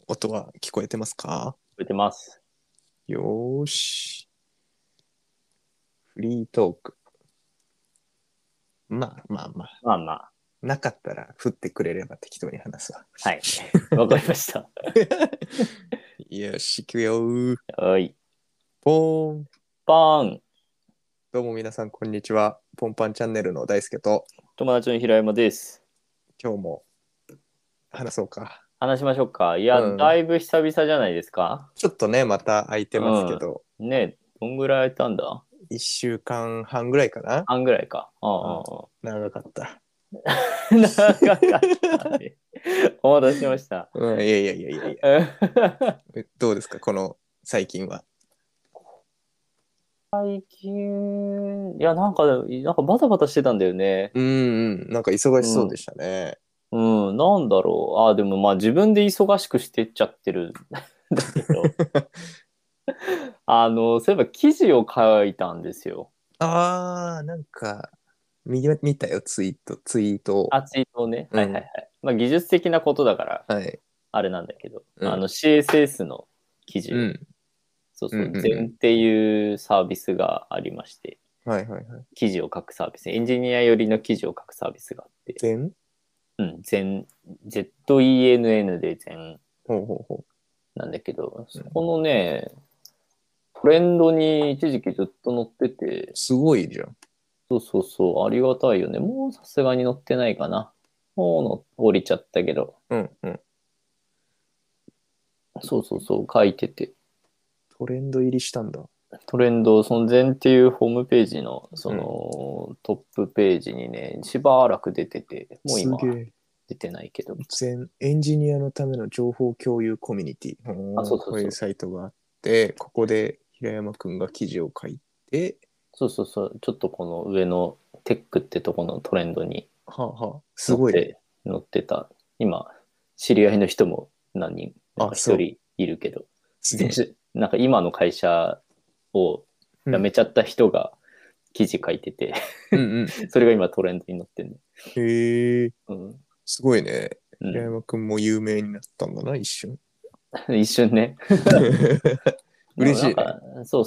音は聞こえてますか？ 覚えてます。 よーし。フリートーク。まあまあまあ。 まあまあ。 なかったら振ってくれれば適当に話すわ。 はい。わかりました。 よし、行くよー。 はい。 ポーン。 パーン。 どうも皆さん、こんにちは。ポンパンチャンネルの大輔と、 友達の平山です。 今日も話そうか。 話しましょうか。いや、だうん。 いぶ久々じゃないですか。 ちょっとね、また空いてますけうん。 ど、 ね、どんぐらい空いたんだ？ 1週間半ぐらいかな。 半ぐらいか。うんうん。 うん長かった。 うん。長かったね。お待たせしました。 うん、いやいやいやいやいや。どうですか、この最近は。 最近、いや、なんかバタバタしてたんだよね。 うんうん。なんか忙しそうでうん。 したね。 うん、なんだろう。あ、でもまあ自分で忙しくしてっちゃってるんだけど。そういえば記事を書いたんですよ。 ああ、なんか、見たよ、ツイートを。 あ、ツイートをね。 うん。 はいはいはい。まあ技術的なことだから、 はい。 あれなんだけど、 うん。 CSS の記事を、 うん。うん。 そうそう、 うん。うん。 ゼンっていうサービスがありまして、 はいはいはい。 記事を書くサービス、エンジニア寄りの記事を書くサービスがあって、 全うん、ZENN で全ほうほうほなんだけど、 う。うん、 そこのね、トレンドに一時期ずっと載ってて、 すごいじゃん。 そうそうそう、ありがたいよね。もうさすがに載ってないかな。もう降りちゃったけど。 うんうん。 そうそうそう、書いてて。 トレンド入りしたんだ。 トレンド、その前っていうホームページの、 うん。 トップページにね、しばらく出てて、もう今はすげえ。 出てないけど。 エンジニアのための情報共有コミュニティ。 あ、そうそうこういうそう。 サイトがあって、ここで平山くんが記事を書いて、 そうそうそう。ちょっとこの上のテックってとこのトレンドにはあはあ、すごいね。 載って、載ってた。今、知り合いの人も何人、なんあ、そう。 か一人いるけど、 すげえ。 なんか今の会社をうん。 辞めちゃった人が記事書いててうんうん。 それが今トレンドに載ってるね。 へえ、 うん。 すごいね。平うん。 山くんも有名になったんだな、一瞬。 一瞬ね。でも嬉しいね。 なんか、そう、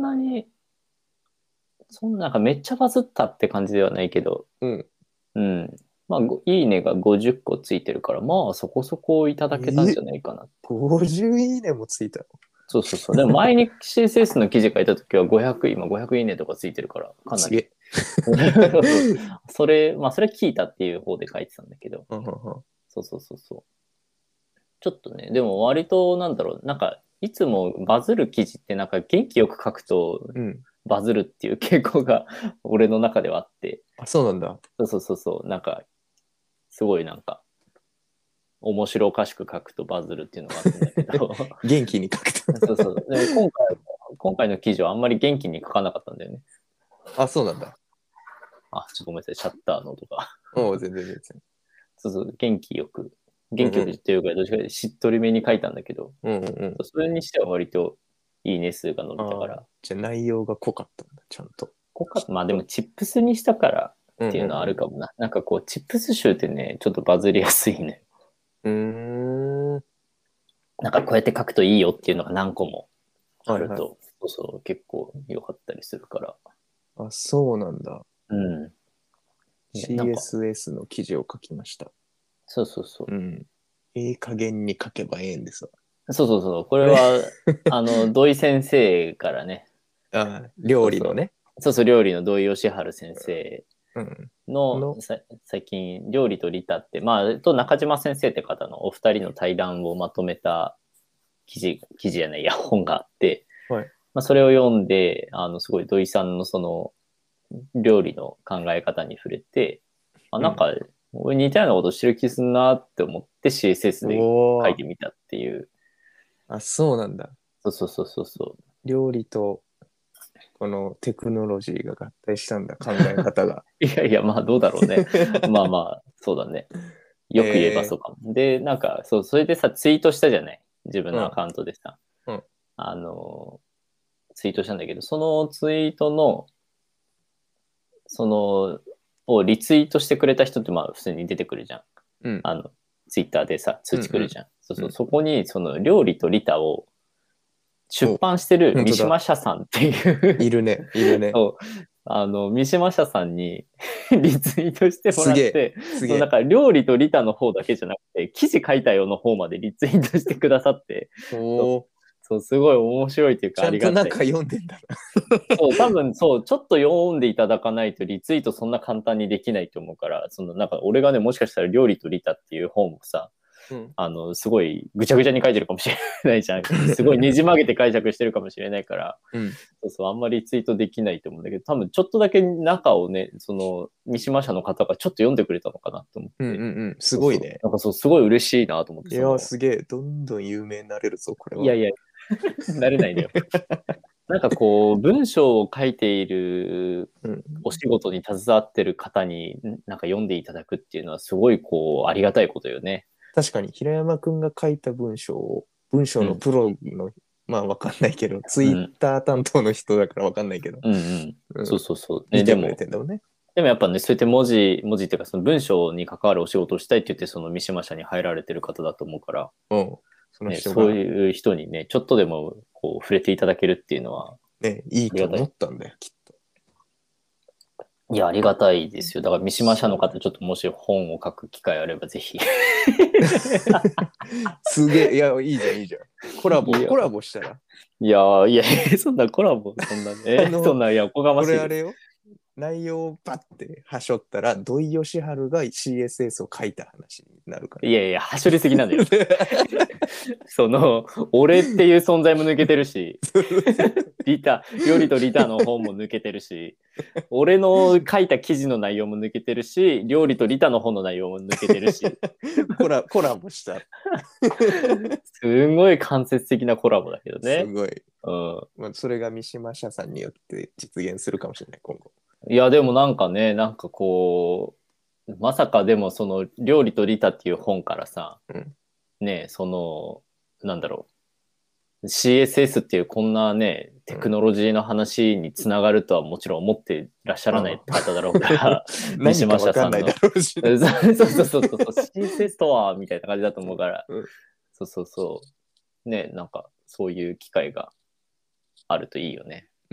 そんななんかめっちゃバズったって感じではないけど、 うん。 うん。まあ、いいねが50個ついてるから、まあそこそこいただけたんじゃないかな。 50いいねもついたの？ そうそうそう。でも前に CSS の記事書いたときは今500いいねとかついてるから、かなり。 すげえ。 そうそう。それ聞いたっていう方で書いてたんだけど、 うんうんそうそうそうそう。ちょっとね、でも割となんだろう、なんか、いつもバズる記事ってなんか元気よく書くとうん。 バズるっていう傾向が俺の中ではあって、 あ、そうなんだ。 そうそうそうそう、なんか、すごいなんか、面白おかしく書くとバズるっていうのがあったんだけど、 元気に書くそうと。 そう。でも今回の記事はあんまり元気に書かなかったんだよね。 あ、そうなんだ。 あ、ちょっとごめんなさい、シャッターの音が。 おう、全然全然。 そうそう、元気よくっうんうん。 ていうか、どっちかというとしっとりめに書いたんだけど、 うんうんうん。 それにしては割といいね数が伸びたかああ、 ら、 じゃあ内容が濃かったんだ、ちゃんと。 まあでもチップスにしたからうんっていうのはあうんるかもな。なんかこう、チップス集ってね、ちょっとバズりやすいね。 うん。 なんかこうやって書くといいよっていうのが何個もはいはい。 あると、そうそう結構良かったりするから。 あ、そうなんだ。 うん。ね、なんか、 CSS の記事を書きました。 そうそうそうん。いい加減に書けばええんですわ。 う。そうそうそう。これは、土井先生からね、 あ、料そうそ理のね。 う。そうそう、料理の土井善晴先生うん。 のの、 最近、料理と利他って、まあ、と中島先生って方のお二人の対談をまとめた記事じゃない、いや、本があって、 はい。 まあ、それを読んで、すごい土井さんのその料理の考え方に触れて、あ、 うん。 なんか、俺似たようなことしてる気すんなって思って CSS でおー。 書いてみたっていう。 あ、そうなんだ。 そうそうそうそうそう。 料理とこのテクノロジーが合体したんだ、考え方が。 いやいや、まあどうだろうね。まあまあ、そうだね。よく言えばえそうかも。で、なんか、そう、それでさ、ツイートしたじゃない。自分うん、 のアカウントでさ。 うん、 あの、ツイートしたんだけど、そのツイートの、その、をリツイートしてくれた人ってまあ普通に出てくるじゃん。 うん、 あの、ツイッターでさ、 うん、うん、 通知来るじゃん。 そうそう、そこにその料理と利他を出版してる三島社さんっていういるね、いるね。 そう三島社さんにリツイートしてもらって、 すげえ。 なんか料理と利他の方だけじゃなくて、記事書いたよの方までリツイートしてくださって、 おー、 そう、すごい面白いというか、 ちゃんとありがたい。 なんか読んでんだな。 そう、多分そう、ちょっと読んでいただかないとリツイートそんな簡単にできないと思うから、なんか俺がね、もしかしたら料理と利他っていう本をさ、 うん。 すごいぐちゃぐちゃに書いてるかもしれないじゃん。すごいねじ曲げて解釈してるかもしれないから、 うん。 そうそう、あんまりツイートできないと思うんだけど、多分ちょっとだけ中をね、三島社の方がちょっと読んでくれたのかなと思って。 うんうんうん。すごいね。 そうそうなんかそう、すごい嬉しいなと思って。 いや、すげえ。どんどん有名になれるぞ、これは。 いやいや、なれないんだよ。なんかこう、文章を書いているお仕事に携わってる方になんか読んでいただくっていうのはすごいこう、ありがたいことよね。 確かに、平山くんが書いた文章を、文章のプロの、まあわかんないけど、ツイッター担当の人だからわかんないけど、 うんうん。そうそうそう。 見てくれてんだもんね。 でもやっぱね、そうやって文字っていうか、その文章に関わるお仕事をしたいって言って、その三島社に入られてる方だと思うから、 うん。そのね、 人がそういう人にね、ちょっとでもこう触れていただけるっていうのは、 ね、いいと思ったんだよ、きっと。 いや、ありがたいですよ。だから三島社の方、ちょっともし本を書く機会あれば、ぜひ。 すげえ、いや、いいじゃん、いいじゃん。コラボしたら。 いや、そんなコラボ、そんなね、そんな、いや、おこがましいです。 これあれよ。内容をバッてはしょったら、土井善晴が CSS を書いた話になるから。 いやいや、はしょりすぎなんだよ。俺っていう存在も抜けてるし、料理とリタの本も抜けてるし、俺の書いた記事の内容も抜けてるし、料理とリタの本の内容も抜けてるし。 コラボした。 すごい間接的なコラボだけどね。 すごい。 うん。 まあ、それが三島社さんによって実現するかもしれない、今後。 いや、でもなんかね、なんかこう、まさかでもその料理とリタっていう本からさ、 うん、 ね、なんだろう、CSS っていうこんなね、テクノロジーの話につながるとはもちろん思ってらっしゃらない方だろうから、三島社さんの。そうそうそうそう、CSS とはみたいな感じだと思うから、そうそうそう、ね、なんかそういう機会があるといいよね。 うん、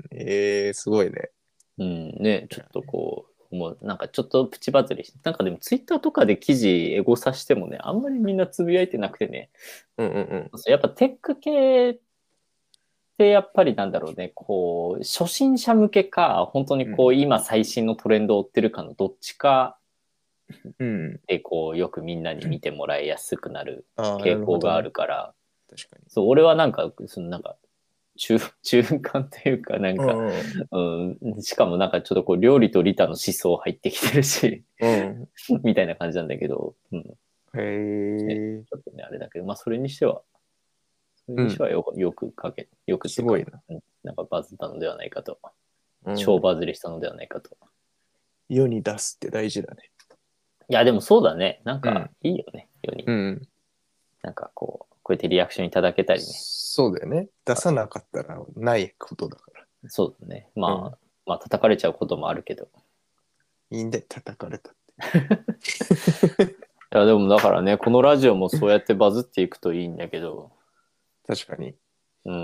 すごいね。 うん、ね、ちょっとこう、もうなんかちょっとプチバズりして、なんかでもツイッターとかで記事エゴさしてもね、あんまりみんなつぶやいてなくてね、 うんうんうん。 やっぱテック系ってやっぱりなんだろうね、こう、初心者向けか、本当にこう、今最新のトレンドを追ってるかのどっちかうん。 で、こう、よくみんなに見てもらいやすくなるああ、な傾向があるほどね。 るから、 確かに。 そう、俺はなんか、なんか、中間というか、なんか、しかもなんかちょっとこう、料理と利他の思想入ってきてるし、みたいな感じなんだけど、 へえ。 ちょっとね、あれだけど、まあ、それにしてはよくっていうか、 すごいな。 なんかバズったのではないかと、 うん、 超バズりしたのではないかと。 世に出すって大事だね。 いや、でもそうだね。なんか、いいよね、世に。 うん。 なんかこうやってリアクションいただけたりね。 そうだよね。出さなかったらないことだから。 そうだね。まあ、叩かれちゃうこともあるけど。 いいんで叩かれたって。 いや、でもだからね、このラジオもそうやってバズっていくといいんだけど、 確かに。 うん。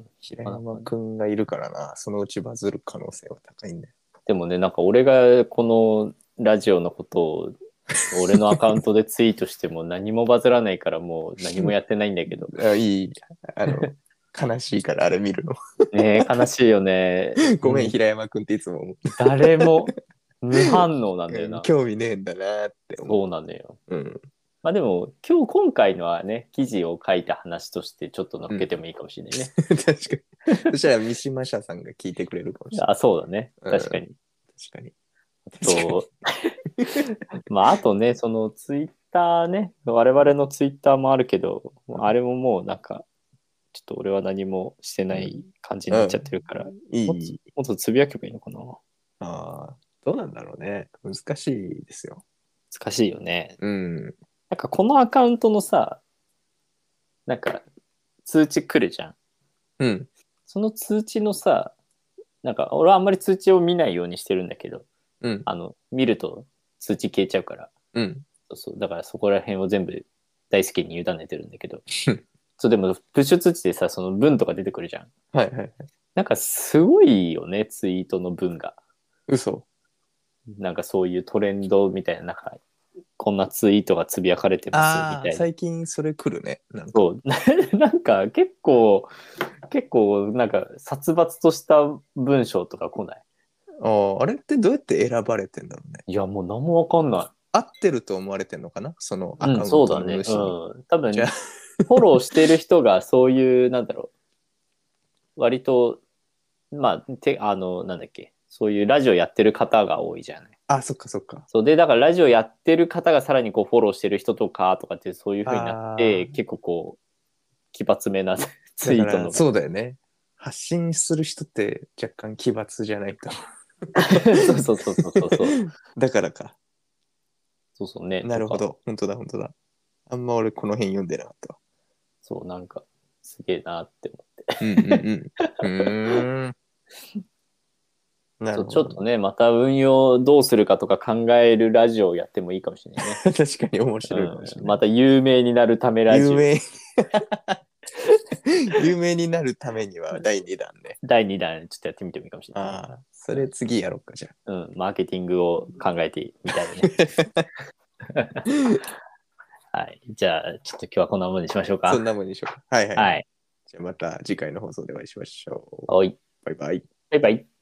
平山くんがいるからな、そのうちバズる可能性は高いんだよ。 でもね、なんか俺がこのラジオのことを俺のアカウントでツイートしても何もバズらないからもう何もやってないんだけど。 いい。悲しいからあれ見るの。 ねえ、悲しいよね。 ごめん、平山くんっていつも思う。 誰も無反応なんだよな。 興味ねえんだなって思う。 そうなのよ。 うん。 まあでも、今回のはね、記事を書いた話としてちょっと乗っけてもいいかもしれないね。 確かに。そしたら三島社さんが聞いてくれるかもしれない。 あ、そうだね。確かに。 確かに。 まああとね、そのツイッターね、我々のツイッターもあるけど、あれももうなんか、ちょっと俺は何もしてない感じになっちゃってるから、もっとつぶやけばいいのかな。 ああ、どうなんだろうね。難しいですよ。 難しいよね。 うん。 なんかこのアカウントのさ、なんか通知来るじゃん。 うん。 その通知のさ、なんか俺はあんまり通知を見ないようにしてるんだけど、 うん。 見ると通知消えちゃうから、 うん。 そうそう、だからそこら辺を全部大輔に委ねてるんだけど。そう、でも、プッシュ通知でさ、その文とか出てくるじゃん。 はいはいはい。 なんかすごいよね、ツイートの文が。 嘘。 なんかそういうトレンドみたいな、なんか、こんなツイートがつぶやかれてますみああ、 たいな。 最近それ来るね。なんか。 そう。なんか結構、なんか殺伐とした文章とか来ない？ あれってどうやって選ばれてんだろうね。 いや、もう何もわかんな合ってると思われてんのかなそのい。うん、 アカウントそうだね。 の主に。 うん。多分、 じゃフォローしてる人がそういう、なんだろう、割と、まあ、なんだっけ、そういうラジオやってる方が多いじゃない。 あ、そっかそっか。 そうで、だからラジオやってる方がさらにこうフォローしてる人とかとかってそういう風になって、 ああ、 結構こう、奇抜めなツだからイートのが。 そうだよね。発信する人って若干奇抜じゃないと。 そうそうそうそうそうそう。 だからか。 そうそうね。とか、 なるほど。本当だ本当だ。あんま俺この辺読んでなかったわ。 そう、なんか、すげえなって思って。 うんうんうん。なそう、 るほどね。 ちょっとね、また運用どうするかとか考えるラジオをやってもいいかもしれないね。 確かに面白いかもしれうん。 ない。 また有名になるためラジオ。 有名、有名になるためには第2弾ね。 第2弾、ちょっとやってみてもいいかもしれないね。 ああ、それ次やろうか、じゃうん、マーケティングを考えてみたいね。はい。じゃあ、ちょっと今日はこんなもんにしましょうあ。そんか。 なもんにしようか。はいはい。 はい。 じゃあまた次回の放送でお会いしましょう。 はい。 バイバイ。 バイバイ。